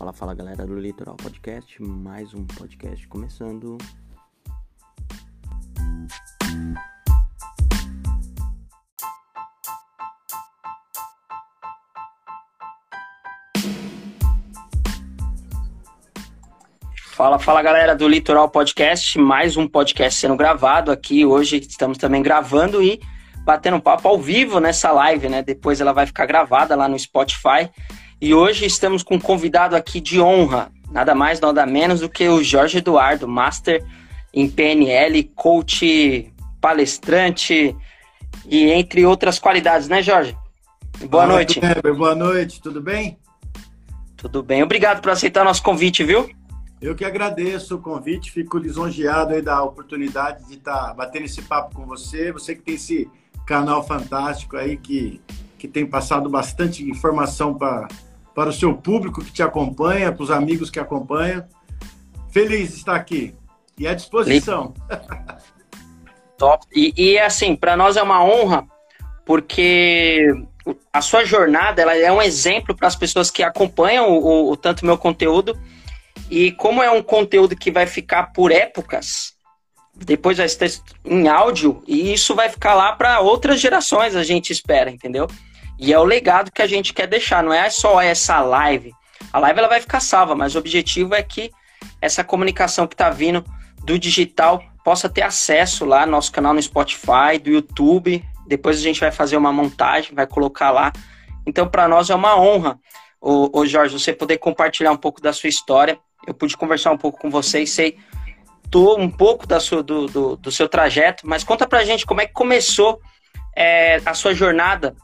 Fala galera do Litoral Podcast, mais um podcast começando. Fala galera do Litoral Podcast, mais um podcast sendo gravado aqui. Hoje estamos também gravando e batendo um papo ao vivo nessa live, né? Depois ela vai ficar gravada lá no Spotify. E hoje estamos com um convidado aqui de honra, nada mais, nada menos do que o Jorge Eduardo, Master em PNL, coach, palestrante e entre outras qualidades, né, Jorge? Boa noite. Boa noite, tudo bem? Tudo bem, obrigado por aceitar nosso convite, viu? Eu que agradeço o convite, fico lisonjeado aí da oportunidade de estar batendo esse papo com você. Você que tem esse canal fantástico aí que tem passado bastante informação para o seu público que te acompanha, para os amigos que acompanham. Feliz de estar aqui e à disposição. Top. E assim, para nós é uma honra, porque a sua jornada ela é um exemplo para as pessoas que acompanham o tanto meu conteúdo. E como é um conteúdo que vai ficar por épocas, depois vai estar em áudio, e isso vai ficar lá para outras gerações, a gente espera, entendeu? E é o legado que a gente quer deixar, não é só essa live. A live ela vai ficar salva, mas o objetivo é que essa comunicação que está vindo do digital possa ter acesso lá no nosso canal no Spotify, do YouTube. Depois a gente vai fazer uma montagem, vai colocar lá. Então, para nós é uma honra, ô Jorge, você poder compartilhar um pouco da sua história. Eu pude conversar um pouco com você e sei um pouco do seu trajeto, mas conta pra gente como é que começou a sua jornada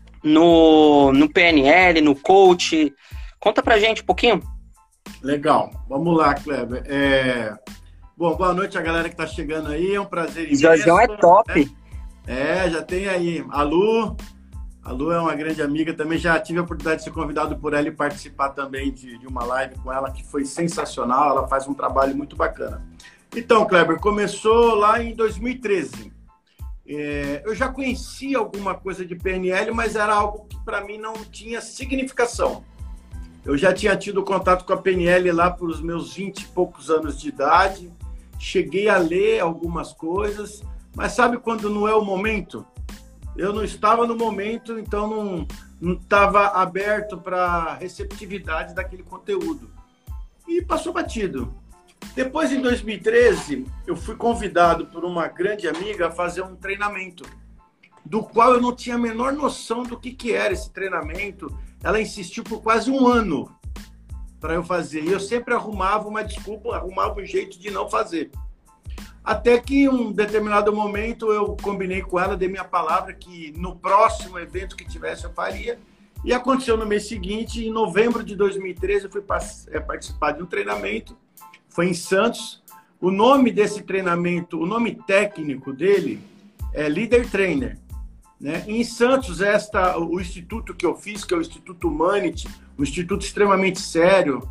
no PNL, no coach. Conta pra gente um pouquinho. Legal, vamos lá, Kleber. Bom, boa noite a galera que tá chegando aí, é um prazer imenso. Jorgão é top. Já tem aí a Lu. A Lu é uma grande amiga, também já tive a oportunidade de ser convidado por ela e participar também de uma live com ela, que foi sensacional, ela faz um trabalho muito bacana. Então, Kleber, começou lá em 2013. Eu já conhecia alguma coisa de PNL, mas era algo que para mim não tinha significação. Eu já tinha tido contato com a PNL lá por os meus 20 e poucos anos de idade, cheguei a ler algumas coisas, mas sabe quando não é o momento? Eu não estava no momento, então não estava aberto para a receptividade daquele conteúdo. E passou batido. Depois, em 2013, eu fui convidado por uma grande amiga a fazer um treinamento, do qual eu não tinha a menor noção do que era esse treinamento. Ela insistiu por quase um ano para eu fazer. E eu sempre arrumava uma desculpa, arrumava um jeito de não fazer. Até que, em um determinado momento, eu combinei com ela, dei minha palavra que no próximo evento que tivesse eu faria. E aconteceu no mês seguinte, em novembro de 2013, eu fui participar de um treinamento. Foi em Santos. O nome desse treinamento, o nome técnico dele é Leader Trainer, né? Em Santos, o instituto que eu fiz, que é o Instituto Humanity, um instituto extremamente sério,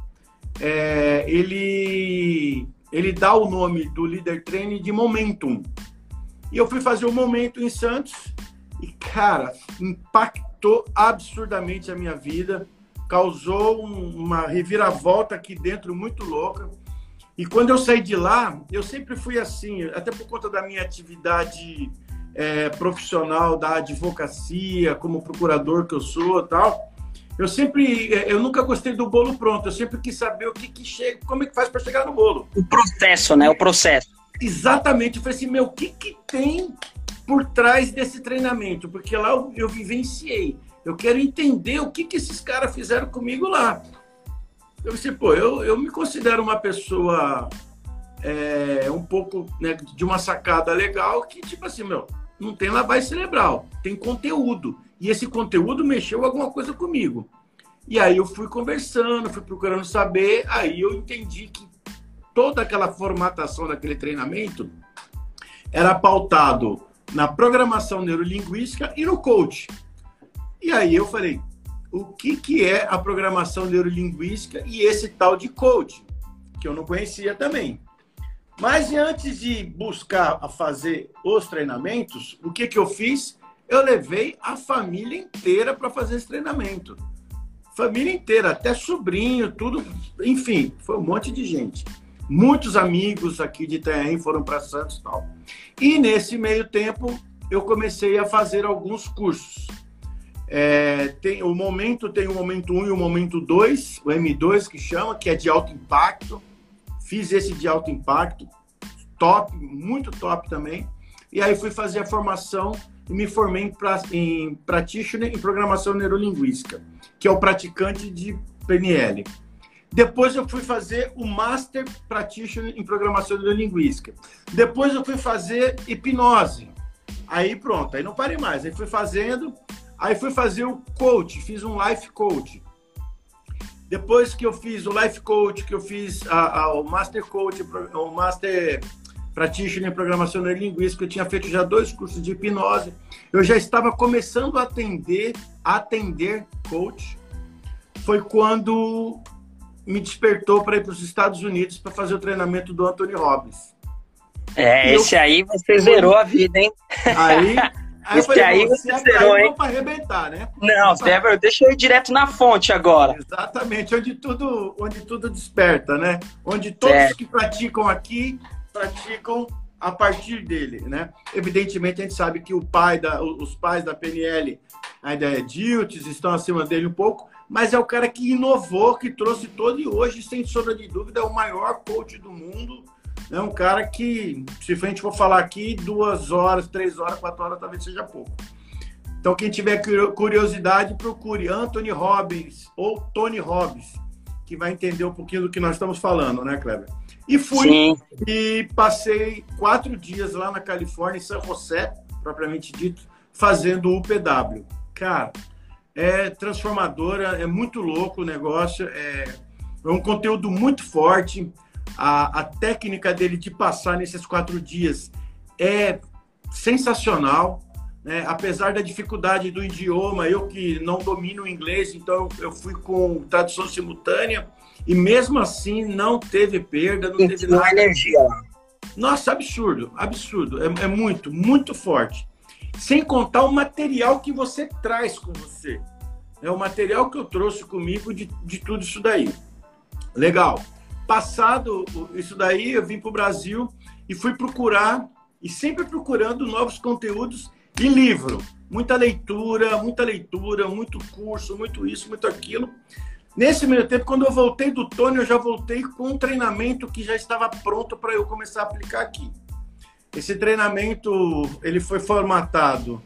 ele dá o nome do Leader Training de Momentum. E eu fui fazer o Momentum em Santos e, cara, impactou absurdamente a minha vida, causou uma reviravolta aqui dentro muito louca. E quando eu saí de lá, eu sempre fui assim, até por conta da minha atividade profissional, da advocacia, como procurador que eu sou e tal. Eu nunca gostei do bolo pronto, eu sempre quis saber o que chega, como é que faz para chegar no bolo. O processo, né? O processo. Exatamente, eu falei assim, o que tem por trás desse treinamento? Porque lá eu vivenciei, eu quero entender o que esses caras fizeram comigo lá. Eu disse, eu me considero uma pessoa um pouco, né, de uma sacada legal, que tipo assim, não tem lavagem cerebral, tem conteúdo. E esse conteúdo mexeu alguma coisa comigo. E aí eu fui conversando, fui procurando saber, aí eu entendi que toda aquela formatação daquele treinamento era pautado na programação neurolinguística e no coach. E aí eu falei, o que é a programação neurolinguística e esse tal de coach? Que eu não conhecia também. Mas antes de buscar a fazer os treinamentos, o que eu fiz? Eu levei a família inteira para fazer esse treinamento. família inteira, até sobrinho, tudo, enfim, foi um monte de gente. Muitos amigos aqui de Itanhaém foram para Santos e tal. E nesse meio tempo, eu comecei a fazer alguns cursos. Tem o momento 1 e o momento 2, o M2 que chama, que é de alto impacto. Fiz esse de alto impacto, top, muito top também. E aí fui fazer a formação e me formei em Practitioner em Programação Neurolinguística, que é o praticante de PNL. Depois eu fui fazer o Master Practitioner em Programação Neurolinguística. Depois eu fui fazer hipnose. Aí pronto, aí não parei mais. Aí fui fazer o coach, fiz um life coach. Depois que eu fiz o life coach, que eu fiz o Master Coach, o Master Practitioner em Programação Neurolinguística, eu tinha feito já 2 cursos de hipnose. Eu já estava começando a atender coach. Foi quando me despertou para ir para os Estados Unidos para fazer o treinamento do Anthony Robbins. Esse aí você zerou a vida, hein? Aí eu falei, aí você zerou, hein? Para arrebentar, né? Não, deixa eu ir direto na fonte agora. Exatamente, onde tudo desperta, né? Onde todos que praticam aqui, praticam a partir dele, né? Evidentemente, a gente sabe que os pais da PNL, a ideia de Diltz, estão acima dele um pouco, mas é o cara que inovou, que trouxe todo, e hoje, sem sombra de dúvida, é o maior coach do mundo. É um cara que, se a gente for falar aqui, 2 horas, 3 horas, 4 horas, talvez seja pouco. Então, quem tiver curiosidade, procure Anthony Robbins ou Tony Robbins, que vai entender um pouquinho do que nós estamos falando, né, Kleber? E fui Sim. E passei 4 dias lá na Califórnia, em San José, propriamente dito, fazendo o PW. Cara, é transformadora, é muito louco o negócio, é um conteúdo muito forte. A técnica dele de passar nesses 4 dias é sensacional, né? Apesar da dificuldade do idioma, eu que não domino o inglês, então eu fui com tradução simultânea e mesmo assim não teve perda, não teve nada. Energia lá. Nossa, absurdo. É muito, muito forte. Sem contar o material que você traz com você. É o material que eu trouxe comigo de tudo isso daí. Legal. Passado isso daí, eu vim para o Brasil e fui procurar, e sempre procurando novos conteúdos e livro. Muita leitura, muito curso, muito isso, muito aquilo. Nesse meio tempo, quando eu voltei do Tony, eu já voltei com um treinamento que já estava pronto para eu começar a aplicar aqui. Esse treinamento, ele foi formatado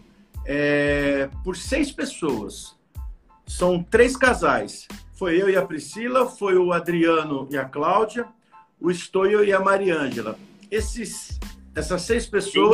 por 6 pessoas. São 3 casais. Foi eu e a Priscila, foi o Adriano e a Cláudia, o Stoio e a Mariângela. Essas 6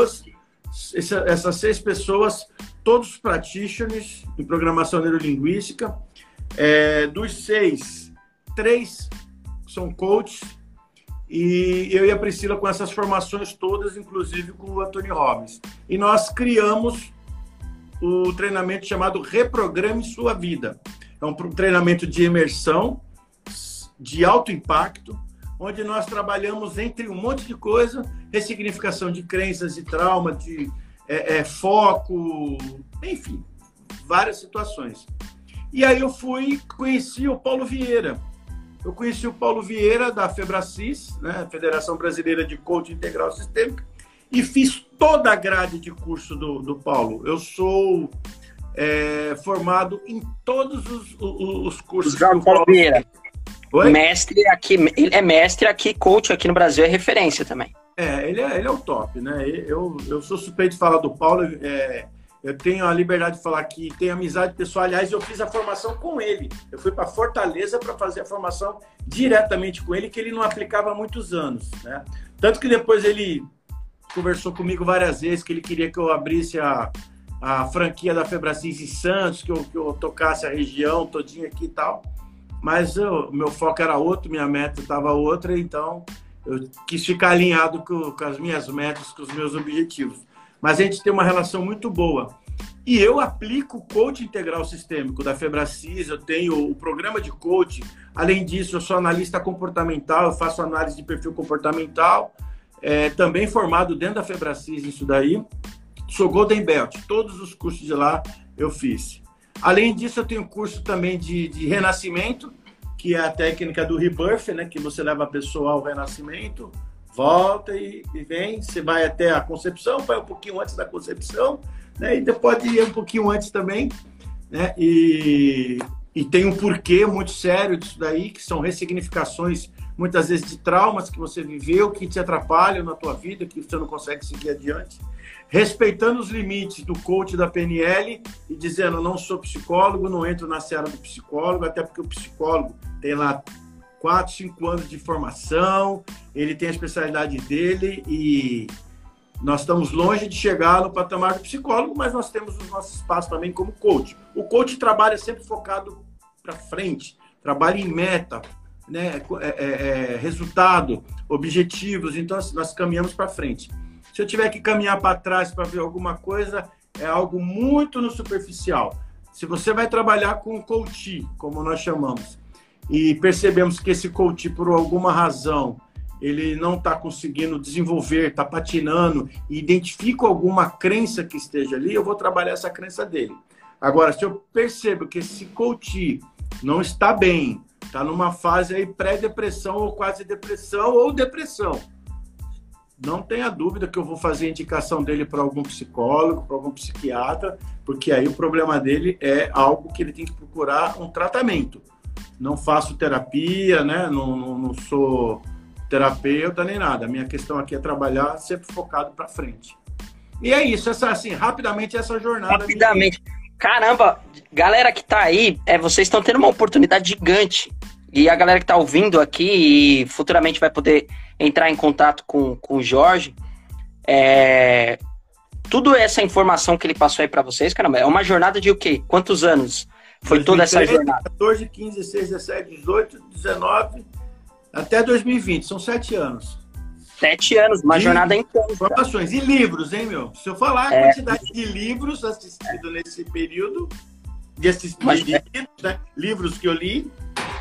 pessoas, todos practitioners em programação neurolinguística. Dos 6, 3 são coaches, e eu e a Priscila com essas formações todas, inclusive com o Anthony Robbins. E nós criamos o treinamento chamado Reprograme Sua Vida. É um treinamento de imersão, de alto impacto, onde nós trabalhamos entre um monte de coisa, ressignificação de crenças e trauma, de foco, enfim, várias situações. E aí eu conheci o Paulo Vieira. Eu conheci o Paulo Vieira da Febracis, né, Federação Brasileira de Coaching Integral Sistêmico, e fiz toda a grade de curso do Paulo. Eu sou formado em todos os cursos do Paulo Vieira. Mestre aqui, ele é mestre aqui, coach aqui no Brasil, é referência também. Ele é o top, né? Eu sou suspeito de falar do Paulo, eu tenho a liberdade de falar que tenho amizade pessoal. Aliás, eu fiz a formação com ele. Eu fui para Fortaleza para fazer a formação diretamente com ele, que ele não aplicava há muitos anos, né? Tanto que depois ele conversou comigo várias vezes que ele queria que eu abrisse a franquia da Febracis em Santos, que eu tocasse a região todinha aqui e tal. Mas meu foco era outro, minha meta estava outra, então eu quis ficar alinhado com as minhas metas, com os meus objetivos. Mas a gente tem uma relação muito boa. E eu aplico o coaching integral sistêmico da Febracis, eu tenho o programa de coaching. Além disso, eu sou analista comportamental, eu faço análise de perfil comportamental, também formado dentro da Febracis, isso daí. Sou Golden Belt, todos os cursos de lá eu fiz. Além disso, eu tenho curso também de renascimento, que é a técnica do rebirth, né? Que você leva a pessoa ao renascimento, volta e vem, você vai até a concepção, vai um pouquinho antes da concepção, né? E depois pode ir um pouquinho antes também, né? E tem um porquê muito sério disso daí, que são ressignificações, muitas vezes, de traumas que você viveu, que te atrapalham na tua vida, que você não consegue seguir adiante. Respeitando os limites do coach da PNL e dizendo, não sou psicólogo, não entro na seara do psicólogo, até porque o psicólogo tem lá 4, 5 anos de formação, ele tem a especialidade dele e nós estamos longe de chegar no patamar do psicólogo, mas nós temos o nosso espaço também como coach. O coach trabalha sempre focado para frente, trabalha em meta, né? Resultado, objetivos, então nós caminhamos para frente. Se eu tiver que caminhar para trás para ver alguma coisa, é algo muito no superficial. Se você vai trabalhar com coach, como nós chamamos, e percebemos que esse coach, por alguma razão, ele não está conseguindo desenvolver, está patinando, e identifico alguma crença que esteja ali, eu vou trabalhar essa crença dele. Agora, se eu percebo que esse coach não está bem, está numa fase aí pré-depressão ou quase depressão ou depressão, não tenha dúvida que eu vou fazer a indicação dele para algum psicólogo, para algum psiquiatra, porque aí o problema dele é algo que ele tem que procurar um tratamento. Não faço terapia, né? Não sou terapeuta nem nada. A minha questão aqui é trabalhar sempre focado para frente. E é isso, assim, rapidamente essa jornada. Rapidamente. Caramba, galera que tá aí, vocês estão tendo uma oportunidade gigante. E a galera que tá ouvindo aqui e futuramente vai poder entrar em contato com o Jorge, tudo essa informação que ele passou aí para vocês, caramba, é uma jornada de o quê? Quantos anos foi 2013, toda essa jornada? 14, 15, 16, 17, 18, 19, até 2020, são 7 anos. 7 anos, uma jornada intensa. Informações. E livros, hein, meu? Se eu falar a quantidade de livros assistidos nesse período, livros que eu li.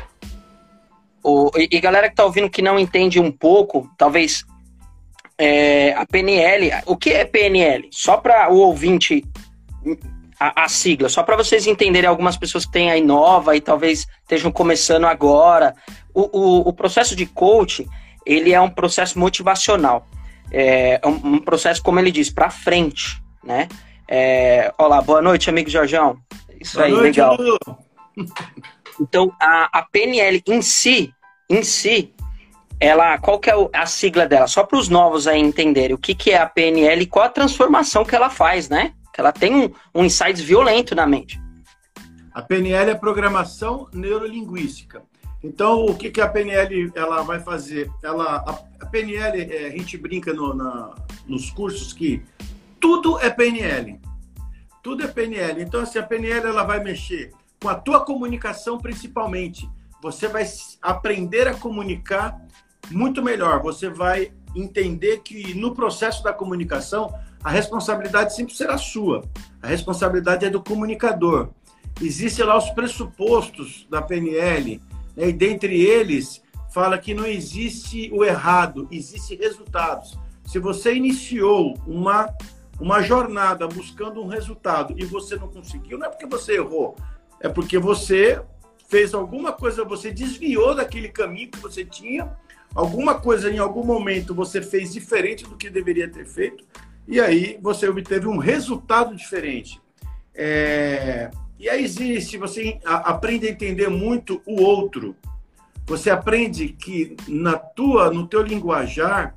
E galera que tá ouvindo que não entende um pouco, talvez a PNL, o que é PNL? Só para o ouvinte, a sigla, só para vocês entenderem, algumas pessoas que têm aí nova e talvez estejam começando agora. O processo de coaching, ele é um processo motivacional, é um processo, como ele diz, para frente, né? Olá, boa noite, amigo Jorjão. Isso boa aí, noite, legal. Lu. Então, a PNL em si, ela, qual que é a sigla dela? Só para os novos aí entenderem o que é a PNL e qual a transformação que ela faz, né? Que ela tem um insight violento na mente. A PNL é programação neurolinguística. Então, o que a PNL ela vai fazer? A PNL, a gente brinca nos cursos que tudo é PNL. Tudo é PNL. Então, assim, a PNL ela vai mexer com a tua comunicação, principalmente. Você vai aprender a comunicar muito melhor. Você vai entender que no processo da comunicação, a responsabilidade sempre será sua. A responsabilidade é do comunicador. Existem lá os pressupostos da PNL, né? E dentre eles, fala que não existe o errado, existem resultados. Se você iniciou uma jornada buscando um resultado e você não conseguiu, não é porque você errou, é porque você fez alguma coisa, você desviou daquele caminho que você tinha, alguma coisa em algum momento você fez diferente do que deveria ter feito, e aí você obteve um resultado diferente. E aí você aprende a entender muito o outro. Você aprende que no teu linguajar,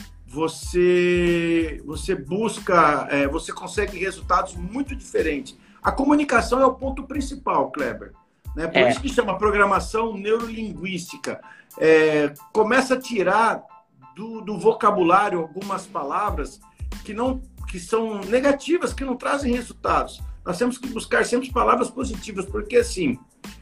você busca, você consegue resultados muito diferentes. A comunicação é o ponto principal, Kleber. Né? Por isso que chama programação neurolinguística. Começa a tirar do vocabulário algumas palavras que são negativas, que não trazem resultados. Nós temos que buscar sempre palavras positivas, porque assim,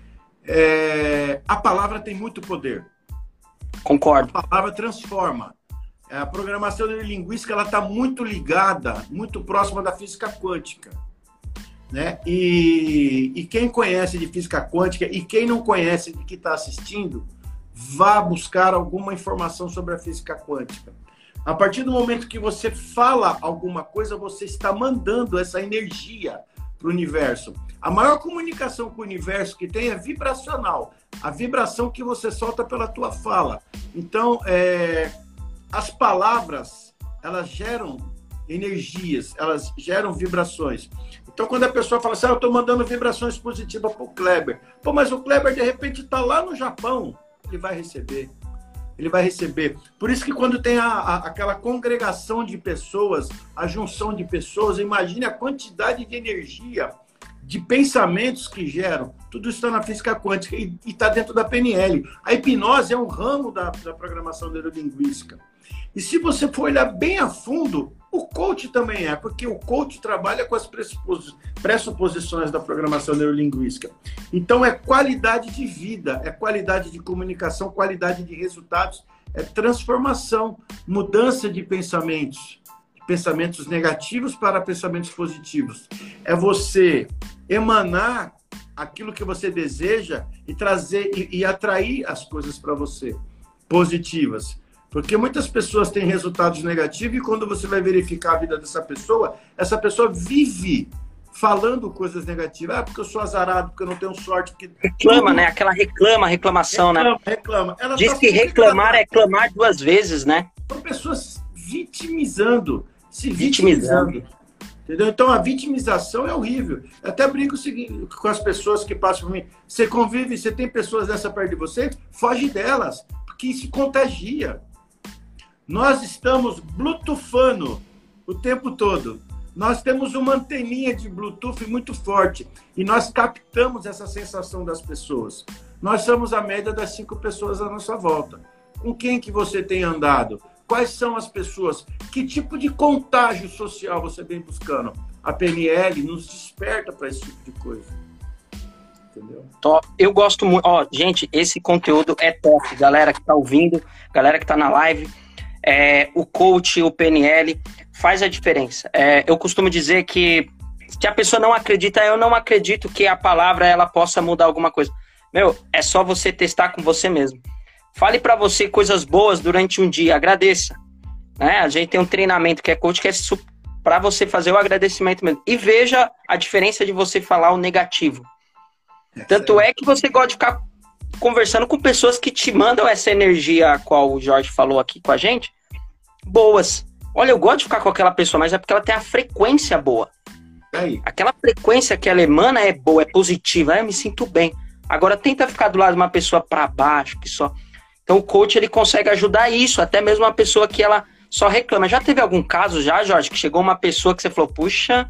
a palavra tem muito poder. Concordo. A palavra transforma. A programação neurolinguística está muito ligada, muito próxima da física quântica. Né? E quem conhece de física quântica e quem não conhece de que está assistindo, vá buscar alguma informação sobre a física quântica. A partir do momento que você fala alguma coisa, você está mandando essa energia para o universo. A maior comunicação com o universo que tem é vibracional. A vibração que você solta pela tua fala. Então, as palavras, elas geram energias, elas geram vibrações. Então, quando a pessoa fala assim, eu estou mandando vibrações positivas para o Kleber. Pô, mas o Kleber, de repente, está lá no Japão. Ele vai receber. Ele vai receber. Por isso que quando tem aquela congregação de pessoas, a junção de pessoas, imagine a quantidade de energia, de pensamentos que geram. Tudo isso está na física quântica e está dentro da PNL. A hipnose é um ramo da programação neurolinguística. E se você for olhar bem a fundo, o coach também é, porque o coach trabalha com as pressuposições da programação neurolinguística. Então, é qualidade de vida, é qualidade de comunicação, qualidade de resultados, é transformação, mudança de pensamentos negativos para pensamentos positivos. É você emanar aquilo que você deseja e trazer e atrair as coisas para você, positivas. Porque muitas pessoas têm resultados negativos e quando você vai verificar a vida dessa pessoa, essa pessoa vive falando coisas negativas. Ah, porque eu sou azarado, porque eu não tenho sorte. Porque... Reclama, né? Aquela reclamação, né? Reclama. Ela diz que reclamar é clamar duas vezes, né? São pessoas se vitimizando. Entendeu? Então, a vitimização é horrível. Eu até brinco com as pessoas que passam por mim. Você convive, você tem pessoas dessa perto de você, foge delas, porque isso contagia. Nós estamos bluetoothando o tempo todo. Nós temos uma anteninha de Bluetooth muito forte e nós captamos essa sensação das pessoas. Nós somos a média das 5 pessoas à nossa volta. Com quem que você tem andado? Quais são as pessoas? Que tipo de contágio social você vem buscando? A PNL nos desperta para esse tipo de coisa. Entendeu? Top. Eu gosto muito. Ó, gente, esse conteúdo é top. Galera que tá ouvindo, galera que tá na live, o coach, o PNL, faz a diferença. Eu costumo dizer que se a pessoa não acredita, eu não acredito que a palavra ela possa mudar alguma coisa. Meu, é só você testar com você mesmo. Fale para você coisas boas durante um dia, agradeça. Né? A gente tem um treinamento que é coach, que é para você fazer o agradecimento mesmo. E veja a diferença de você falar o negativo. Tanto é que você gosta de ficar conversando com pessoas que te mandam essa energia a qual o Jorge falou aqui com a gente, boas. Olha, eu gosto de ficar com aquela pessoa, mas é porque ela tem a frequência boa. Aí. Aquela frequência que ela emana é boa, é positiva, eu me sinto bem. Agora tenta ficar do lado de uma pessoa para baixo, que só... Então o coach ele consegue ajudar isso, até mesmo uma pessoa que ela só reclama. Já teve algum caso já, Jorge, que chegou uma pessoa que você falou, puxa,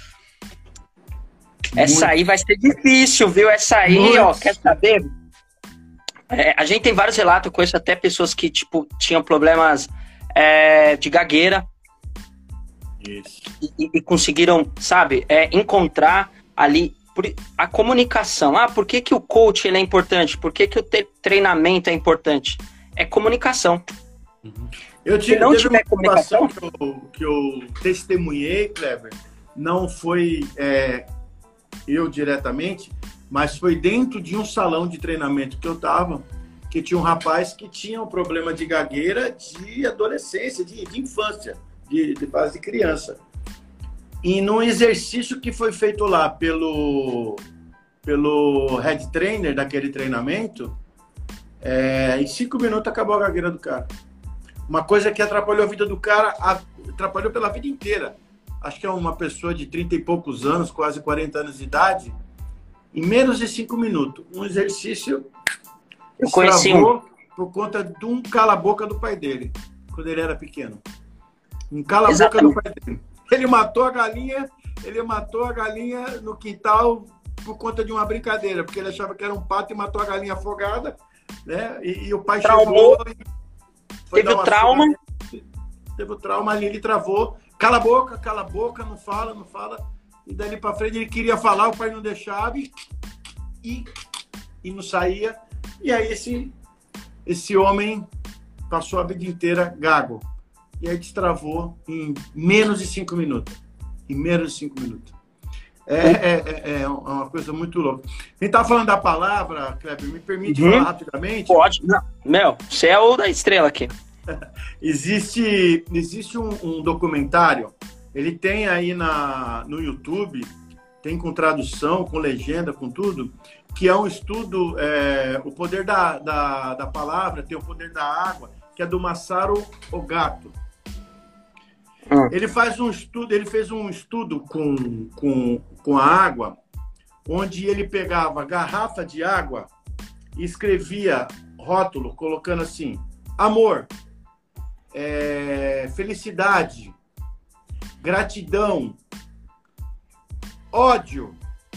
essa aí vai ser difícil, viu? Essa aí, ó, quer saber? A gente tem vários relatos, eu conheço até pessoas que, tipo, tinham problemas de gagueira. Isso. E conseguiram, sabe, encontrar ali a comunicação. Ah, por que que o coach ele é importante? Por que que o treinamento é importante? É comunicação. Uhum. Se não tiver comunicação... que eu testemunhei, Kleber, não foi eu diretamente, mas foi dentro de um salão de treinamento que eu estava, que tinha um rapaz que tinha um problema de gagueira de adolescência, de infância, de fase de criança. E num exercício que foi feito lá pelo head trainer daquele treinamento, em 5 minutos acabou a gagueira do cara. Uma coisa que atrapalhou a vida do cara, atrapalhou pela vida inteira. Acho que é uma pessoa de 30 e poucos anos, quase 40 anos de idade, em menos de 5 minutos. Um exercício travou por conta de um cala-boca do pai dele, quando ele era pequeno. Um cala-boca do pai dele. Ele matou a galinha no quintal por conta de uma brincadeira, porque ele achava que era um pato e matou a galinha afogada, né? E o pai traumou, chegou e teve o trauma. Teve o trauma ali, ele travou. Cala a boca, não fala. E dali pra frente ele queria falar, o pai não deixava e não saía. E aí esse homem passou a vida inteira gago. E aí destravou em menos de 5 minutos. É uma coisa muito louca. A gente estava falando da palavra, Kleber, me permite falar rapidamente? Pode. Não. Meu, você é o da estrela aqui. Existe um documentário, ele tem aí no YouTube, tem com tradução, com legenda, com tudo, que é um estudo, o poder da palavra, tem o poder da água, que é do Masaru Ogato. Ele fez um estudo com a água, onde ele pegava garrafa de água e escrevia rótulo, colocando assim, amor, felicidade, gratidão, ódio,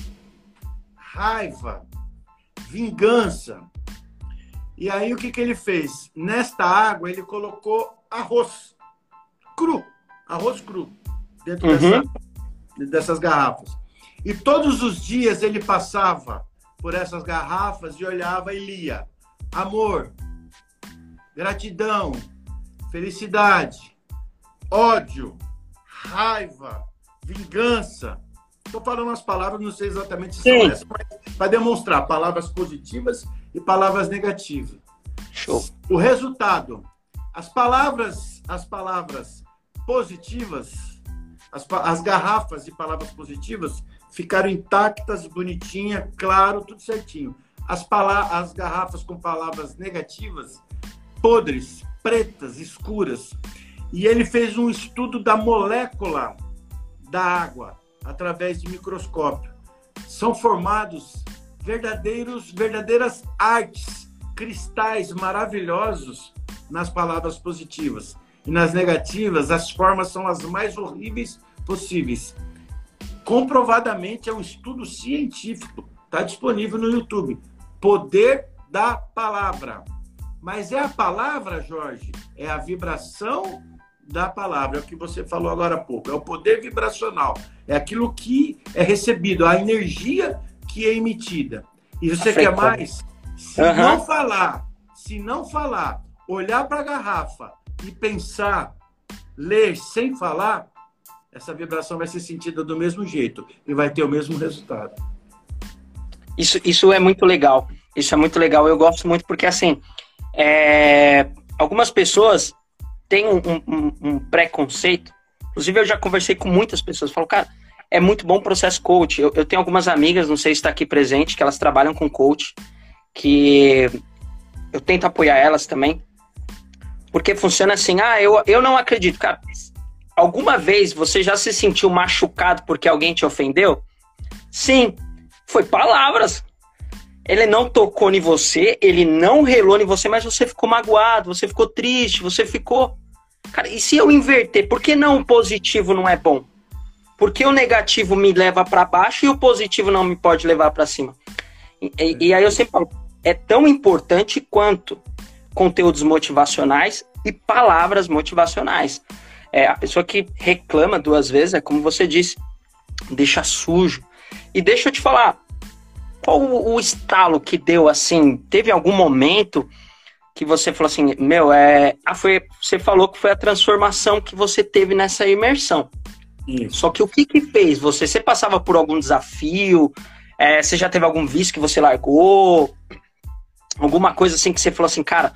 raiva, vingança. E aí o que ele fez? Nesta água ele colocou arroz cru dentro dessas garrafas. E todos os dias ele passava por essas garrafas e olhava e lia amor, gratidão, felicidade, ódio, raiva, vingança. Estou falando as palavras, não sei exatamente se são essas, mas para demonstrar palavras positivas e palavras negativas. Show. O resultado, as palavras positivas, as garrafas de palavras positivas ficaram intactas, bonitinha, claro, tudo certinho. As garrafas com palavras negativas, podres, pretas, escuras. E ele fez um estudo da molécula da água através de microscópio. São formados verdadeiras artes, cristais maravilhosos nas palavras positivas. E nas negativas, as formas são as mais horríveis possíveis. Comprovadamente, é um estudo científico. Está disponível no YouTube. Poder da palavra. Mas é a palavra, Jorge, é a vibração da palavra. É o que você falou agora há pouco. É o poder vibracional. É aquilo que é recebido, a energia que é emitida. E você quer mais? Se não falar, olhar para a garrafa e pensar, ler sem falar, essa vibração vai ser sentida do mesmo jeito e vai ter o mesmo resultado. Isso é muito legal. Isso é muito legal. Eu gosto muito porque, assim, algumas pessoas têm um preconceito. Inclusive, eu já conversei com muitas pessoas. Falo, cara, é muito bom o processo coach. Eu tenho algumas amigas, não sei se está aqui presente, que elas trabalham com coach, que eu tento apoiar elas também. Porque funciona assim, eu não acredito, cara. Alguma vez você já se sentiu machucado porque alguém te ofendeu? Sim, foi palavras. Ele não tocou em você, ele não relou em você, mas você ficou magoado, você ficou triste, você ficou... Cara, e se eu inverter, por que não o positivo não é bom? Por que o negativo me leva para baixo e o positivo não me pode levar para cima? E aí eu sempre falo, é tão importante quanto conteúdos motivacionais e palavras motivacionais. A pessoa que reclama 2 vezes, é como você disse, deixa sujo. E deixa eu te falar, qual o estalo que deu assim? Teve algum momento que você falou assim, você falou que foi a transformação que você teve nessa imersão. Isso. Só que o que fez? Você passava por algum desafio? Você já teve algum vício que você largou? Alguma coisa assim que você falou assim, cara,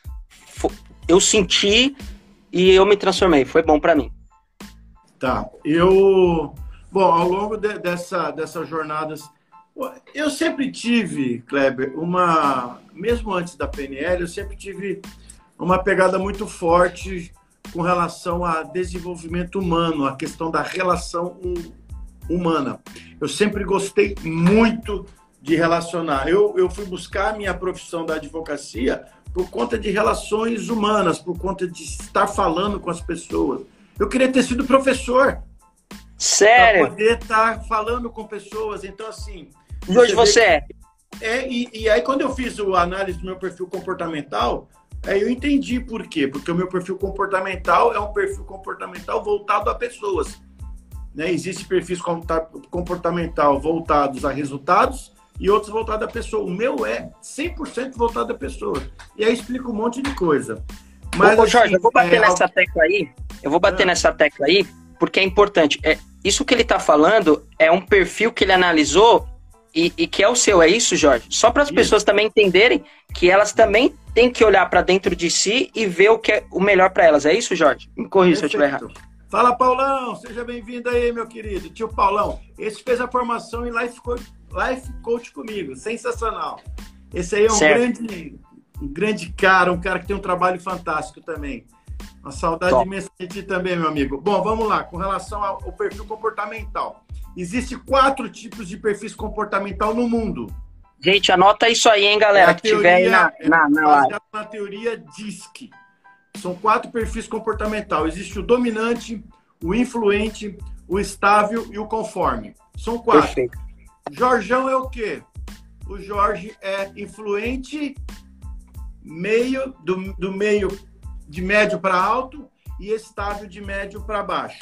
eu senti e eu me transformei, foi bom pra mim. Tá, bom, ao longo dessas jornadas, eu sempre tive, Kleber, mesmo antes da PNL, eu sempre tive uma pegada muito forte com relação a desenvolvimento humano, a questão da relação humana. Eu sempre gostei muito de relacionar. Eu fui buscar a minha profissão da advocacia por conta de relações humanas, por conta de estar falando com as pessoas. Eu queria ter sido professor. Sério? Para poder estar falando com pessoas. Então, assim... E hoje você E aí, quando eu fiz a análise do meu perfil comportamental, aí eu entendi por quê. Porque o meu perfil comportamental é um perfil comportamental voltado a pessoas. Né? Existem perfis comportamental voltados a resultados e outros voltados a pessoa. O meu é 100% voltado a pessoa. E aí explica um monte de coisa. Mas, Jorge, assim, eu vou bater nessa tecla aí. Eu vou bater nessa tecla aí, porque é importante. Isso que ele está falando é um perfil que ele analisou e que é o seu. É isso, Jorge? Só para as pessoas também entenderem que elas também têm que olhar para dentro de si e ver o que é o melhor para elas. É isso, Jorge? Me corrija se eu estiver errado. Fala, Paulão, seja bem-vindo aí, meu querido. Tio Paulão, esse fez a formação em Life Coach comigo, sensacional. Esse aí é um grande cara, um cara que tem um trabalho fantástico também. Uma saudade imensa de ti também, meu amigo. Bom, vamos lá, com relação ao perfil comportamental. Existem 4 tipos de perfis comportamental no mundo. Gente, anota isso aí, hein, galera, que tiver aí na live. Na teoria DISC. São 4 perfis comportamentais. Existe o dominante, o influente, o estável e o conforme. São 4. Perfeito. Jorjão é o quê? O Jorge é influente, meio, do meio de médio para alto e estável de médio para baixo.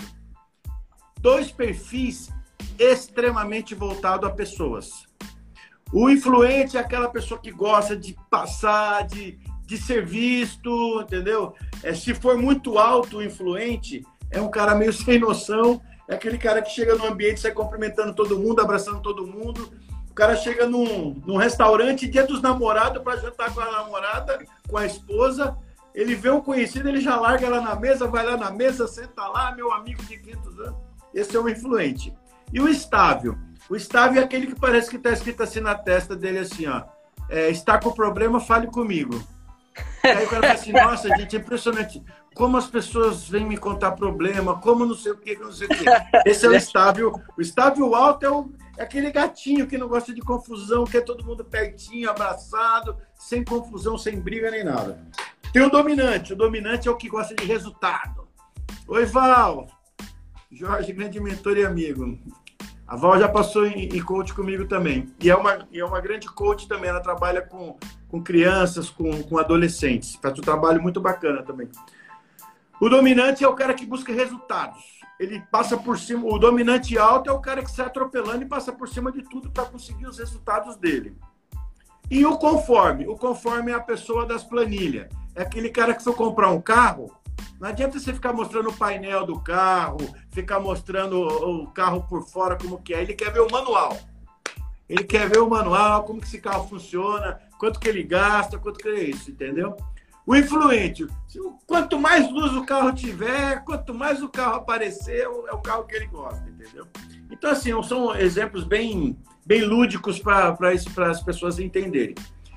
2 perfis extremamente voltados a pessoas. O influente é aquela pessoa que gosta de passar, de ser visto, entendeu? Se for muito alto o influente, é um cara meio sem noção, é aquele cara que chega no ambiente, sai cumprimentando todo mundo, abraçando todo mundo. O cara chega num restaurante, dia dos namorados, para jantar com a namorada, com a esposa, ele vê um conhecido, ele já larga ela na mesa, vai lá na mesa, senta lá, meu amigo de 500 anos. Esse é o influente. E o estável? O estável é aquele que parece que está escrito assim na testa dele, assim, ó. Está com problema, fale comigo. Aí o cara fala assim, nossa, gente, é impressionante. Como as pessoas vêm me contar problema, como não sei o que, não sei o que. Esse é o estável. O estável alto é aquele gatinho que não gosta de confusão, que é todo mundo pertinho, abraçado, sem confusão, sem briga nem nada. Tem o dominante. O dominante é o que gosta de resultado. Oi, Val. Jorge, grande mentor e amigo. A Val já passou em coach comigo também. E é uma grande coach também. Ela trabalha com crianças, com adolescentes. Faz um trabalho muito bacana também. O dominante é o cara que busca resultados. Ele passa por cima. O dominante alto é o cara que sai atropelando e passa por cima de tudo para conseguir os resultados dele. E o conforme? O conforme é a pessoa das planilhas. É aquele cara que, se eu comprar um carro, não adianta você ficar mostrando o painel do carro, ficar mostrando o carro por fora, como que é. Ele quer ver o manual. Ele quer ver o manual, como que esse carro funciona, quanto que ele gasta, quanto que é isso, entendeu? O influente, quanto mais luz o carro tiver, quanto mais o carro aparecer, é o carro que ele gosta, entendeu? Então, assim, são exemplos bem lúdicos para as pessoas entenderem.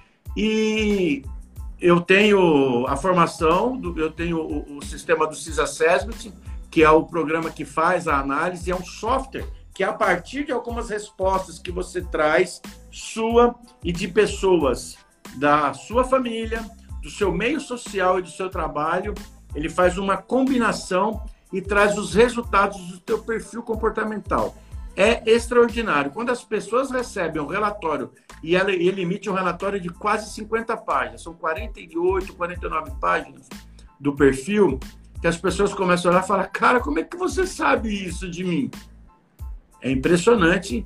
E eu tenho a formação, eu tenho o sistema do CISA-CESBIT, que é o programa que faz a análise, é um software que, a partir de algumas respostas que você traz, sua e de pessoas da sua família, do seu meio social e do seu trabalho, ele faz uma combinação e traz os resultados do teu perfil comportamental. É extraordinário. Quando as pessoas recebem um relatório, e ele emite um relatório de quase 50 páginas, são 48, 49 páginas do perfil, que as pessoas começam a olhar e falar, cara, como é que você sabe isso de mim? É impressionante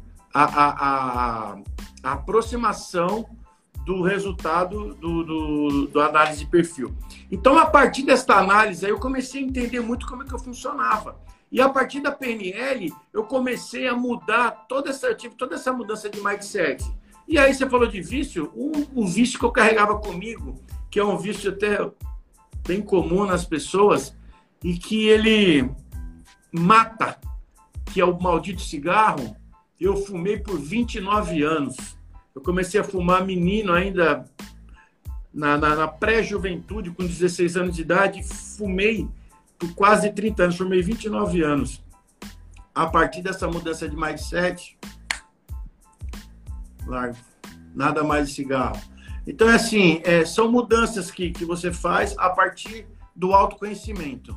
a aproximação do resultado do análise de perfil. Então, a partir desta análise, aí eu comecei a entender muito como é que eu funcionava. E a partir da PNL, eu comecei a mudar tive toda essa mudança de mindset. E aí você falou de vício, um vício que eu carregava comigo, que é um vício até bem comum nas pessoas, e que ele mata, que é o maldito cigarro. Eu fumei por 29 anos. Eu comecei a fumar menino ainda na pré-juventude, com 16 anos de idade, fumei por quase 30 anos, fumei 29 anos. A partir dessa mudança de mindset, largo, nada mais de cigarro. Então, é assim, são mudanças que você faz a partir do autoconhecimento.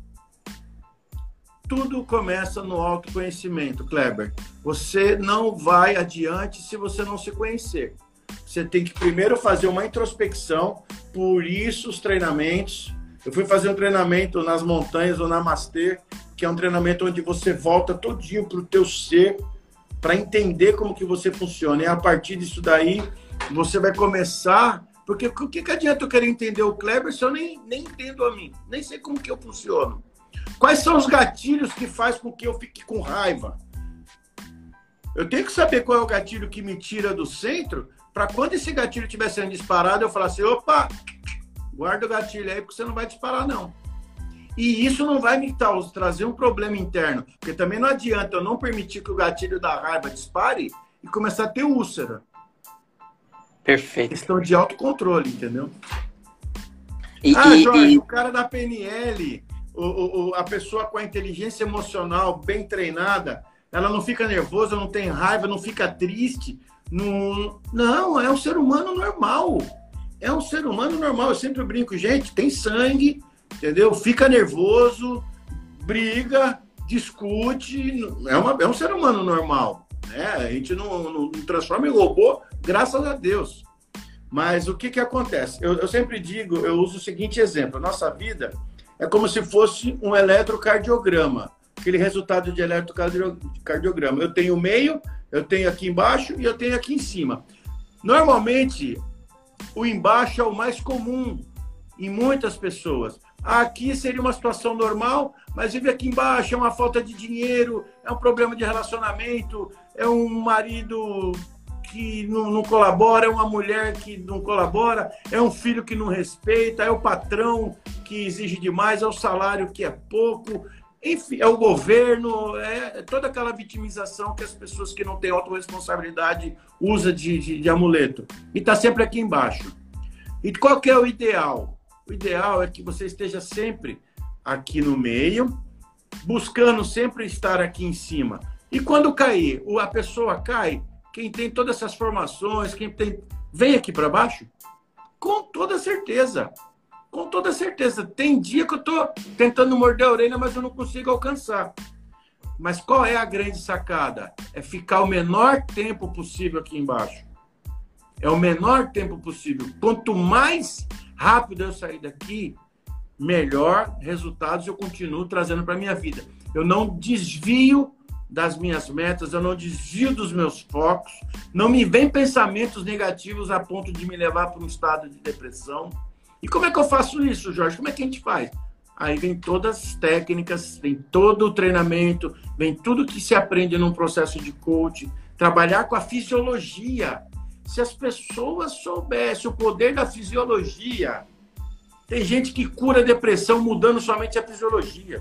Tudo começa no autoconhecimento, Kleber. Você não vai adiante se você não se conhecer. Você tem que primeiro fazer uma introspecção, por isso os treinamentos. Eu fui fazer um treinamento nas montanhas, o Namastê, que é um treinamento onde você volta todinho para o teu ser, para entender como que você funciona. E a partir disso daí, você vai começar... Porque o que adianta eu querer entender o Kleber se eu nem entendo a mim? Nem sei como que eu funciono. Quais são os gatilhos que faz com que eu fique com raiva? Eu tenho que saber qual é o gatilho que me tira do centro, para quando esse gatilho estiver sendo disparado, eu falar assim, opa, guarda o gatilho aí, porque você não vai disparar, não. E isso não vai me trazer um problema interno. Porque também não adianta eu não permitir que o gatilho da raiva dispare e começar a ter úlcera. Perfeito. Questão de autocontrole, entendeu? Jorge, o cara da PNL, a pessoa com a inteligência emocional bem treinada, ela não fica nervosa, não tem raiva, não fica triste. Não, é um ser humano normal. É um ser humano normal. Eu sempre brinco, gente, tem sangue, entendeu? Fica nervoso, briga, discute. É um ser humano normal, né? A gente não transforma em robô, graças a Deus. Mas o que acontece? Eu sempre digo, eu uso o seguinte exemplo. A nossa vida é como se fosse um eletrocardiograma. Aquele resultado de eletrocardiograma. Eu tenho o meio, eu tenho aqui embaixo e eu tenho aqui em cima. Normalmente, o embaixo é o mais comum em muitas pessoas. Aqui seria uma situação normal, mas vive aqui embaixo, é uma falta de dinheiro, é um problema de relacionamento, é um marido que não colabora, é uma mulher que não colabora, é um filho que não respeita, é o patrão que exige demais, é o salário que é pouco, enfim, é o governo, é toda aquela vitimização que as pessoas que não têm autorresponsabilidade usam de amuleto. E está sempre aqui embaixo. E qual que é o ideal? O ideal é que você esteja sempre aqui no meio, buscando sempre estar aqui em cima. E quando cair, a pessoa cai, quem tem todas essas formações, vem aqui para baixo, com toda certeza. Com toda certeza. Tem dia que eu estou tentando morder a orelha, mas eu não consigo alcançar. Mas qual é a grande sacada? É ficar o menor tempo possível aqui embaixo. É o menor tempo possível. Quanto mais rápido eu sair daqui, melhor resultados eu continuo trazendo para a minha vida. Eu não desvio das minhas metas, eu não desvio dos meus focos, não me vem pensamentos negativos a ponto de me levar para um estado de depressão. E como é que eu faço isso, Jorge? Como é que a gente faz? Aí vem todas as técnicas, vem todo o treinamento, vem tudo que se aprende num processo de coaching, trabalhar com a fisiologia. Se as pessoas soubessem o poder da fisiologia, tem gente que cura a depressão mudando somente a fisiologia.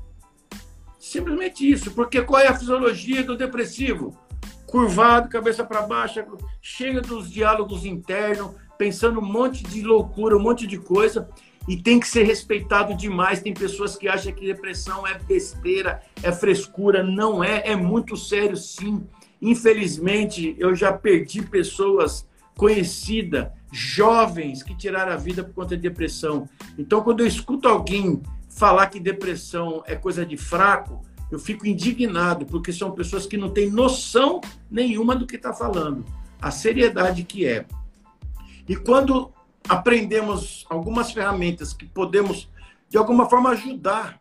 Simplesmente isso, porque qual é a fisiologia do depressivo? Curvado, cabeça para baixo, cheio dos diálogos internos, pensando um monte de loucura, um monte de coisa, e tem que ser respeitado demais. Tem pessoas que acham que depressão é besteira, é frescura. Não é, é muito sério, sim. Infelizmente, eu já perdi pessoas conhecidas, jovens, que tiraram a vida por conta de depressão. Então, quando eu escuto alguém falar que depressão é coisa de fraco, eu fico indignado, porque são pessoas que não têm noção nenhuma do que está falando, a seriedade que é. E quando aprendemos algumas ferramentas que podemos, de alguma forma, ajudar,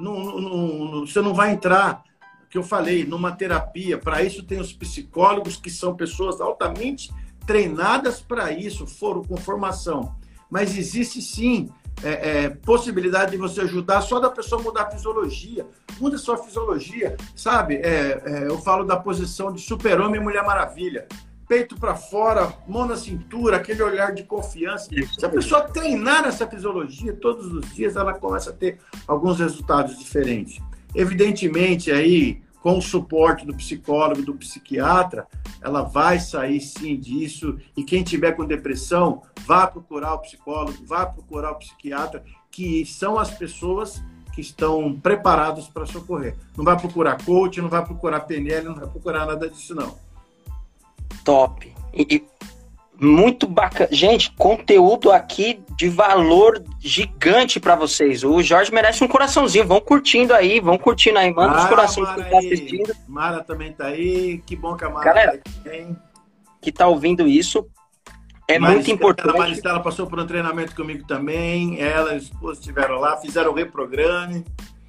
você não vai entrar, que eu falei, numa terapia. Para isso tem os psicólogos, que são pessoas altamente treinadas para isso, foram com formação. Mas existe sim possibilidade de você ajudar só da pessoa mudar a fisiologia. Muda a sua fisiologia, sabe? Eu falo da posição de super-homem e Mulher Maravilha. Peito para fora, mão na cintura, aquele olhar de confiança. Se a pessoa treinar essa fisiologia todos os dias, ela começa a ter alguns resultados diferentes. Evidentemente, aí, com o suporte do psicólogo, do psiquiatra, ela vai sair sim disso. E quem tiver com depressão, vá procurar o psicólogo, vá procurar o psiquiatra, que são as pessoas que estão preparadas para socorrer. Não vai procurar coach, não vai procurar PNL, não vai procurar nada disso, não. Top. E muito bacana. Gente, conteúdo aqui de valor gigante para vocês. O Jorge merece um coraçãozinho. Vão curtindo aí, Manda os corações que tá assistindo. Mara também tá aí. Que bom que a Mara Galera, tá aí também. Que tá ouvindo isso. Muito importante. A Maristela passou por um treinamento comigo também. Ela e o esposo estiveram lá, fizeram o reprograme.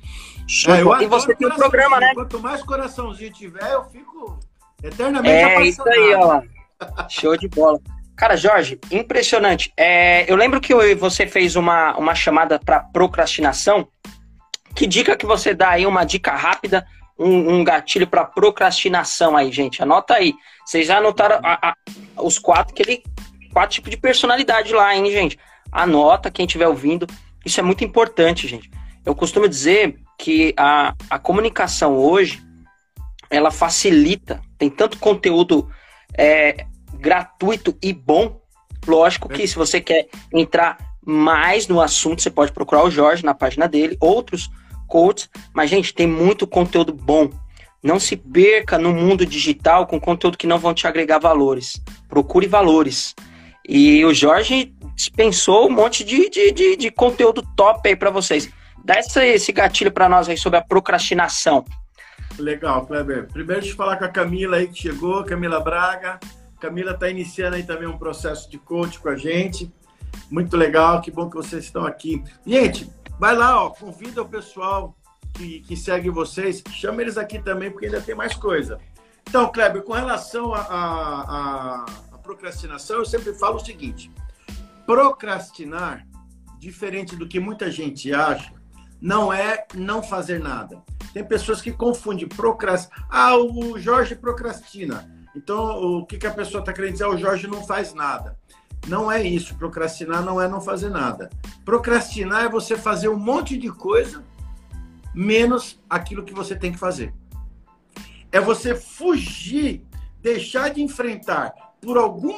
E você tem um programa, né? Quanto mais coraçãozinho tiver, eu fico eternamente apaixonado. Isso aí, ó. Show de bola. Cara, Jorge, impressionante. Eu lembro que você fez uma chamada para procrastinação. Que dica que você dá aí? Uma dica rápida, um gatilho para procrastinação aí, gente. Anota aí. Vocês já anotaram os quatro tipos de personalidade lá, hein, gente? Anota, quem estiver ouvindo. Isso é muito importante, gente. Eu costumo dizer que a comunicação hoje, ela facilita, tem tanto conteúdo gratuito e bom. Lógico que se você quer entrar mais no assunto, você pode procurar o Jorge na página dele, outros coaches, mas, gente, tem muito conteúdo bom. Não se perca no mundo digital com conteúdo que não vão te agregar valores. Procure valores. E o Jorge dispensou um monte de conteúdo top aí para vocês. Dá esse gatilho para nós aí sobre a procrastinação. Legal, Kleber. Primeiro, deixa eu falar com a Camila aí que chegou, Camila Braga. Camila está iniciando aí também um processo de coach com a gente. Muito legal, que bom que vocês estão aqui. Gente, vai lá, ó, convida o pessoal que segue vocês, chama eles aqui também, porque ainda tem mais coisa. Então, Kleber, com relação à procrastinação, eu sempre falo o seguinte: procrastinar, diferente do que muita gente acha, não é não fazer nada. Tem pessoas que confundem procrastinar. Ah, o Jorge procrastina. Então, o que a pessoa está querendo dizer? O Jorge não faz nada. Não é isso. Procrastinar não é não fazer nada. Procrastinar é você fazer um monte de coisa menos aquilo que você tem que fazer. É você fugir, deixar de enfrentar por algum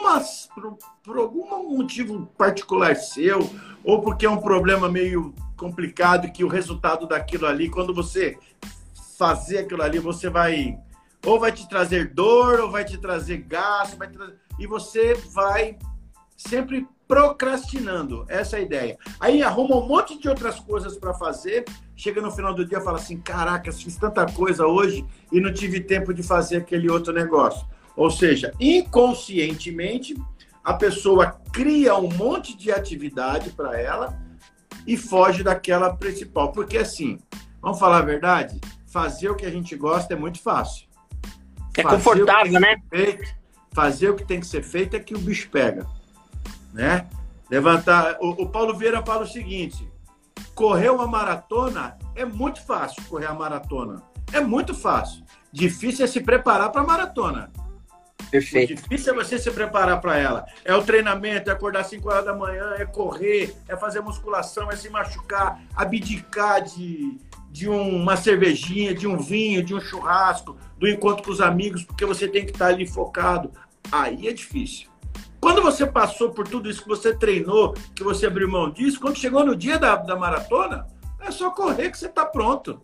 motivo particular seu, ou porque é um problema meio complicado que o resultado daquilo ali, quando você fazer aquilo ali, você vai te trazer dor, ou vai te trazer gasto, e você vai sempre procrastinando. Essa é a ideia. Aí arruma um monte de outras coisas para fazer, chega no final do dia e fala assim: caraca, fiz tanta coisa hoje e não tive tempo de fazer aquele outro negócio. Ou seja, inconscientemente, a pessoa cria um monte de atividade para ela e foge daquela principal. Porque assim, vamos falar a verdade, fazer o que a gente gosta é muito fácil. É confortável, né? Fazer o que tem que ser feito é que o bicho pega, né? Levantar. O Paulo Vieira fala o seguinte: correr uma maratona é muito fácil. Correr a maratona é muito fácil. Difícil é se preparar para a maratona. Perfeito. O difícil é você se preparar para ela. É o treinamento, é acordar às 5 horas da manhã, é correr, é fazer musculação, é se machucar, abdicar de uma cervejinha, de um vinho, de um churrasco, do encontro com os amigos, porque você tem que estar ali focado. Aí é difícil. Quando você passou por tudo isso, que você treinou, que você abriu mão disso, quando chegou no dia da maratona, é só correr que você está pronto.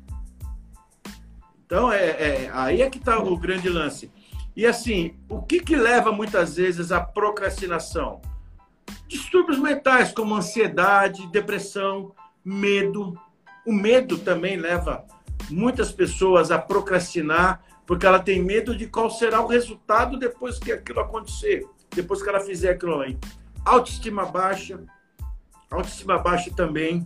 Então, aí é que está o grande lance. E assim, o que leva muitas vezes à procrastinação? Distúrbios mentais, como ansiedade, depressão, medo. O medo também leva muitas pessoas a procrastinar, porque ela tem medo de qual será o resultado depois que aquilo acontecer, depois que ela fizer aquilo aí. Autoestima baixa também.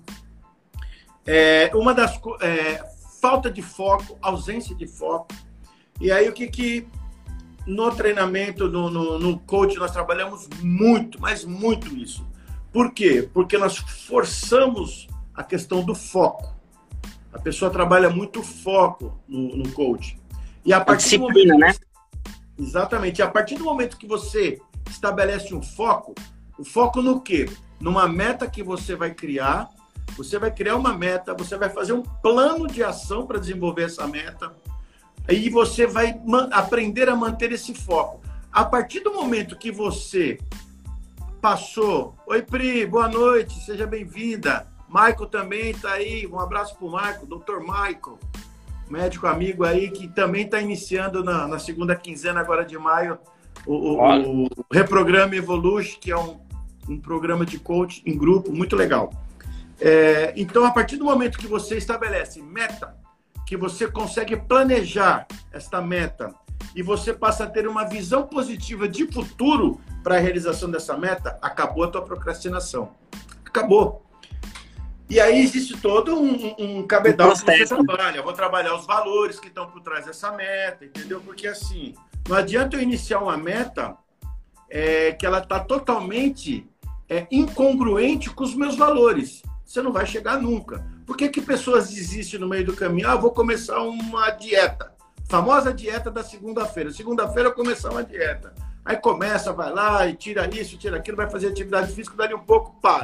Falta de foco, ausência de foco. E aí o que no treinamento, no coach, nós trabalhamos muito, mas muito isso. Por quê? Porque nós forçamos a questão do foco. A pessoa trabalha muito foco no coach. E a partir do momento, né? Exatamente. A partir do momento que você estabelece um foco, o foco no quê? Numa meta que você vai criar. Você vai criar uma meta, você vai fazer um plano de ação para desenvolver essa meta. Aí você vai aprender a manter esse foco. A partir do momento que você passou... Oi, Pri, boa noite, seja bem-vinda. Michael também está aí, um abraço para o Michael, Dr. Michael, médico amigo aí, que também está iniciando na segunda quinzena agora de maio o Reprograma Evolution, que é um programa de coach em grupo muito legal. Então, a partir do momento que você estabelece meta, que você consegue planejar esta meta e você passa a ter uma visão positiva de futuro para a realização dessa meta, acabou a tua procrastinação. Acabou. E aí existe todo um cabedal que você trabalha. Eu vou trabalhar os valores que estão por trás dessa meta, entendeu? Porque assim, não adianta eu iniciar uma meta que ela está totalmente incongruente com os meus valores. Você não vai chegar nunca. Por que pessoas desistem no meio do caminho? Ah, eu vou começar uma dieta. Famosa dieta da segunda-feira. Segunda-feira eu vou começar uma dieta. Aí começa, vai lá e tira isso, tira aquilo, vai fazer atividade física, dali um pouco, para.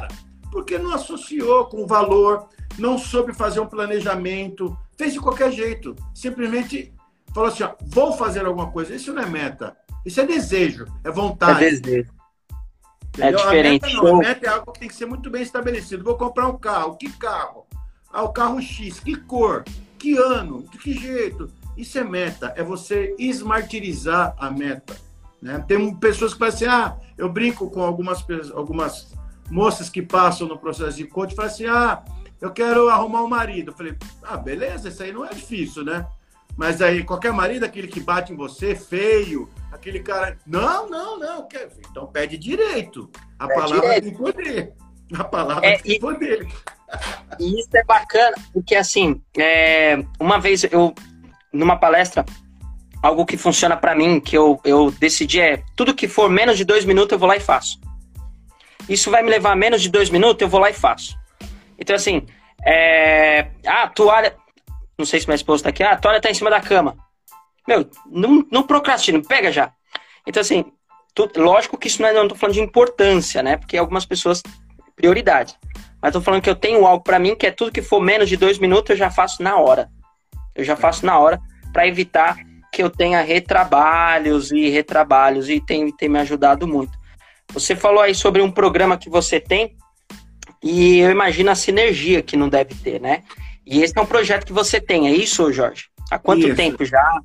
Porque não associou com o valor, não soube fazer um planejamento, fez de qualquer jeito. Simplesmente falou assim, ó, vou fazer alguma coisa. Isso não é meta, isso é desejo, é vontade. É desejo. Entendeu? É diferente. A meta é algo que tem que ser muito bem estabelecido. Vou comprar um carro, que carro? Ah, o carro X, que cor? Que ano? De que jeito? Isso é meta, é você esmartirizar a meta. Né? Tem pessoas que falam assim, eu brinco com algumas moças que passam no processo de coach, falam assim, eu quero arrumar um marido. Eu falei, beleza, isso aí não é difícil, né? Mas aí, qualquer marido, aquele que bate em você, feio, aquele cara... Não. Então pede direito. A palavra tem poder. A palavra tem poder. E isso é bacana, porque assim, uma vez numa palestra, algo que funciona pra mim, que eu decidi tudo que for menos de 2 minutos eu vou lá e faço. Isso vai me levar menos de 2 minutos, eu vou lá e faço. Então assim, a toalha, não sei se minha esposa tá aqui, a toalha tá em cima da cama. Meu, não procrastino, pega já. Então assim, lógico que isso não tô falando de importância, né? Porque algumas pessoas, prioridade. Mas tô falando que eu tenho algo pra mim que é tudo que for menos de 2 minutos eu já faço na hora. Eu já faço na hora pra evitar que eu tenha retrabalhos e tem me ajudado muito. Você falou aí sobre um programa que você tem e eu imagino a sinergia que não deve ter, né? E esse é um projeto que você tem, é isso, Jorge? Há quanto tempo já?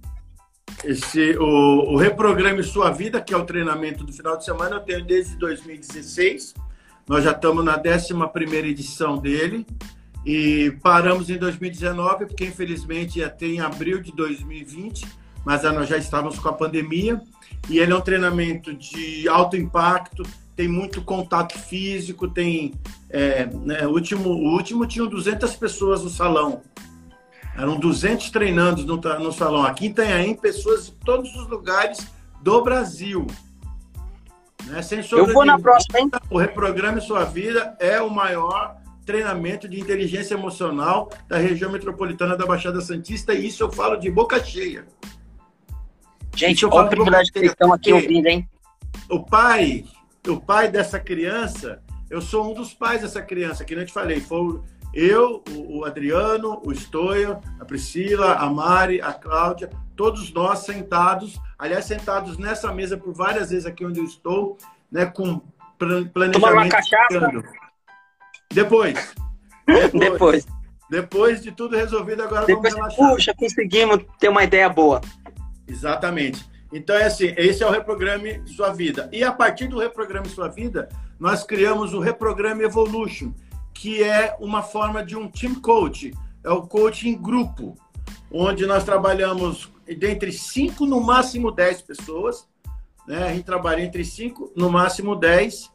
O Reprograme Sua Vida, que é o treinamento do final de semana, eu tenho desde 2016. Nós já estamos na 11ª edição dele e paramos em 2019, porque infelizmente ia ter em abril de 2020, mas nós já estávamos com a pandemia. E ele é um treinamento de alto impacto, tem muito contato físico, o último tinha 200 pessoas no salão. Eram 200 treinando no salão. Aqui em Itanhaém, pessoas de todos os lugares do Brasil. Né? Sem eu vou na próxima, hein? O Reprograme Sua Vida é o maior treinamento de inteligência emocional da região metropolitana da Baixada Santista, e isso eu falo de boca cheia. Gente, olha o privilégio que vocês estão aqui ouvindo, hein? O pai dessa criança, eu sou um dos pais dessa criança, que nem eu te falei, foi eu, o Adriano, o Stoia, a Priscila, a Mari, a Cláudia, todos nós sentados nessa mesa por várias vezes aqui onde eu estou, né, com planejamento. Tomando uma cachaça? Depois de tudo resolvido, agora vamos relaxar. Puxa, conseguimos ter uma ideia boa. Exatamente. Então, esse é o Reprograme Sua Vida. E a partir do Reprograme Sua Vida, nós criamos o Reprograme Evolution, que é uma forma de um team coach. É o coaching em grupo, onde nós trabalhamos entre 5, no máximo 10 pessoas. Né? A gente trabalha entre 5, no máximo 10,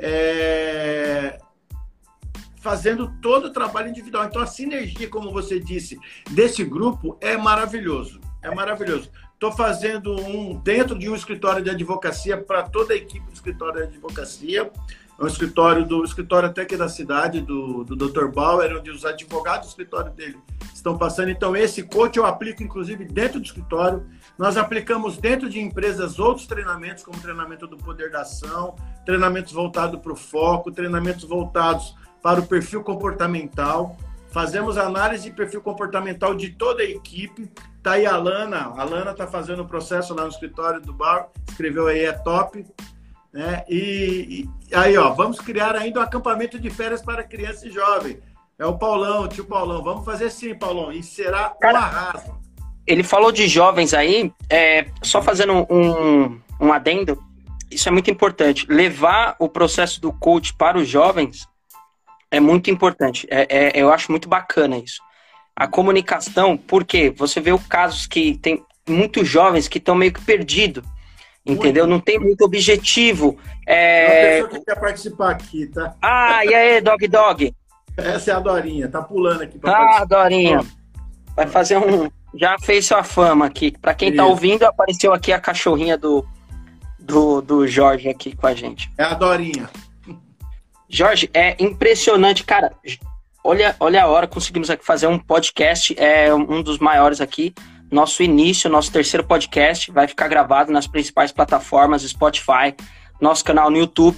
fazendo todo o trabalho individual. Então, a sinergia, como você disse, desse grupo é maravilhoso. É maravilhoso. Estou fazendo dentro de um escritório de advocacia para toda a equipe do escritório de advocacia. É um escritório até que da cidade, do Dr. Bauer, onde os advogados do escritório dele estão passando. Então, esse coach eu aplico, inclusive, dentro do escritório. Nós aplicamos dentro de empresas outros treinamentos, como treinamento do poder da ação, treinamentos voltados para o foco, treinamentos voltados para o perfil comportamental. Fazemos análise de perfil comportamental de toda a equipe. Tá aí a Lana está fazendo o processo lá no escritório do Bauer, escreveu aí, é top. Né? E aí, vamos criar ainda um acampamento de férias para criança e jovem. É o Paulão, o tio Paulão. Vamos fazer sim, Paulão, e será um arraso. Ele falou de jovens aí, só fazendo um adendo, isso é muito importante. Levar o processo do coach para os jovens é muito importante. Eu acho muito bacana isso. A comunicação, porque você vê casos que tem muitos jovens que estão meio que perdidos. Entendeu? Não tem muito objetivo. É uma pessoa que quer participar aqui, tá? E aí, Dog? Essa é a Dorinha, tá pulando aqui pra participar. Dorinha. Vai fazer já fez sua fama aqui. Pra quem tá ouvindo, apareceu aqui a cachorrinha do Jorge aqui com a gente. É a Dorinha. Jorge, é impressionante, cara. Olha a hora, conseguimos aqui fazer um podcast, um dos maiores aqui. Nosso 3º podcast, vai ficar gravado nas principais plataformas, Spotify, nosso canal no YouTube.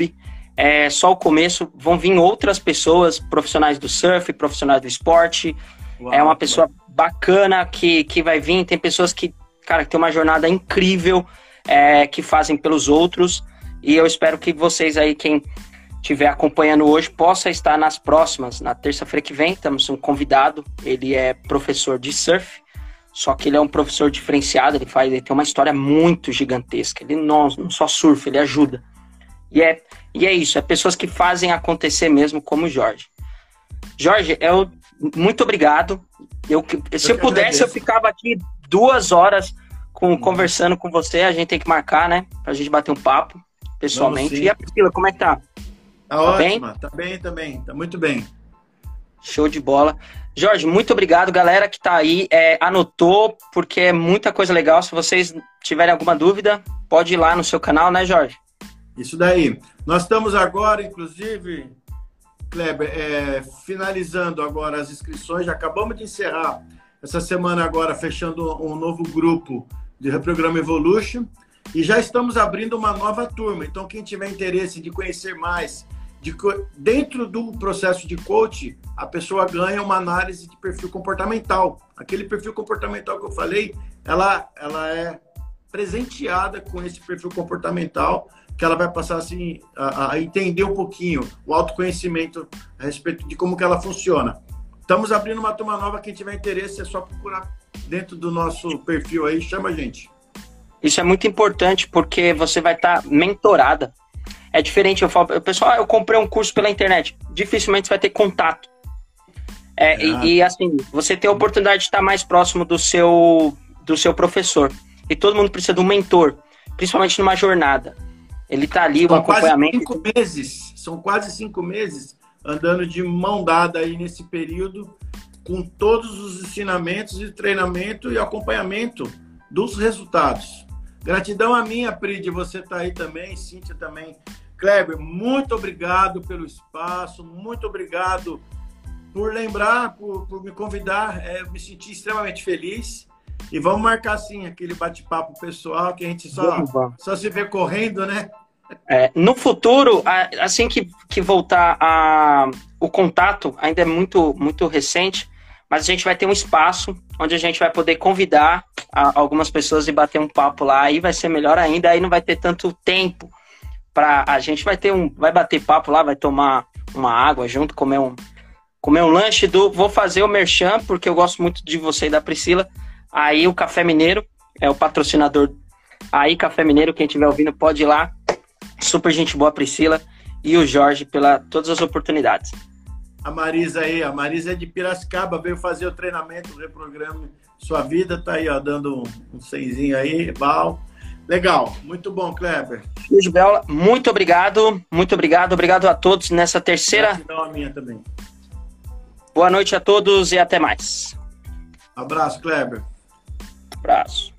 é só o começo. Vão vir outras pessoas, profissionais do surf, profissionais do esporte. Uau, é uma pessoa bacana que vai vir. Tem pessoas que, cara, que tem uma jornada incrível, que fazem pelos outros. E eu espero que vocês aí, quem estiver acompanhando hoje, possa estar nas próximas. Na terça-feira que vem, temos um convidado. Ele é professor de surf, só que ele é um professor diferenciado. Ele tem uma história muito gigantesca. Ele não só surfa, ele ajuda. E é isso, é pessoas que fazem acontecer mesmo, como o Jorge. Jorge, muito obrigado. Se eu pudesse, eu ficava aqui 2 horas conversando com você. A gente tem que marcar, né? Pra gente bater um papo pessoalmente. E a Priscila, como é que tá? Tá ótima, bem? Tá bem também, tá muito bem. Show de bola. Jorge, muito obrigado. Galera que tá aí, anotou, porque é muita coisa legal. Se vocês tiverem alguma dúvida, pode ir lá no seu canal, né, Jorge? Isso daí. Nós estamos agora, inclusive, Kleber, finalizando agora as inscrições. Já acabamos de encerrar essa semana agora, fechando um novo grupo de Reprograma Evolution. E já estamos abrindo uma nova turma. Então, quem tiver interesse de conhecer mais, dentro do processo de coach, a pessoa ganha uma análise de perfil comportamental. Aquele perfil comportamental que eu falei, ela é presenteada com esse perfil comportamental, que ela vai passar assim, a entender um pouquinho o autoconhecimento a respeito de como que ela funciona. Estamos abrindo uma turma nova, quem tiver interesse é só procurar dentro do nosso perfil aí, chama a gente. Isso é muito importante porque você vai estar mentorada. É diferente, eu falo, pessoal, eu comprei um curso pela internet, dificilmente você vai ter contato. E assim, você tem a oportunidade de estar mais próximo do seu professor. E todo mundo precisa de um mentor, principalmente numa jornada. Ele tá ali, o acompanhamento. São quase 5 meses andando de mão dada aí nesse período, com todos os ensinamentos e treinamento e acompanhamento dos resultados. Gratidão a minha, Pri, de você estar aí também, Cíntia também. Kleber, muito obrigado pelo espaço, muito obrigado por lembrar, por me convidar. Eu me senti extremamente feliz. E vamos marcar, sim, aquele bate-papo pessoal que a gente só se vê correndo, né? No futuro, assim que voltar o contato, ainda é muito, muito recente, mas a gente vai ter um espaço onde a gente vai poder convidar algumas pessoas e bater um papo lá. Aí vai ser melhor ainda, aí não vai ter tanto tempo. A gente vai bater papo lá, vai tomar uma água junto, comer um lanche vou fazer o merchan, porque eu gosto muito de você e da Priscila. Aí o Café Mineiro é o patrocinador. Aí Café Mineiro, quem estiver ouvindo pode ir lá. Super gente boa, Priscila e o Jorge, pela todas as oportunidades. A Marisa é de Piracicaba, veio fazer o treinamento, o Reprograma Sua Vida, tá aí, ó, dando um 100zinho aí, Val. Legal, muito bom, Kleber. Muito obrigado, obrigado a todos nessa terceira. Gratidão a minha também. Boa noite a todos e até mais. Abraço, Kleber. Abraço.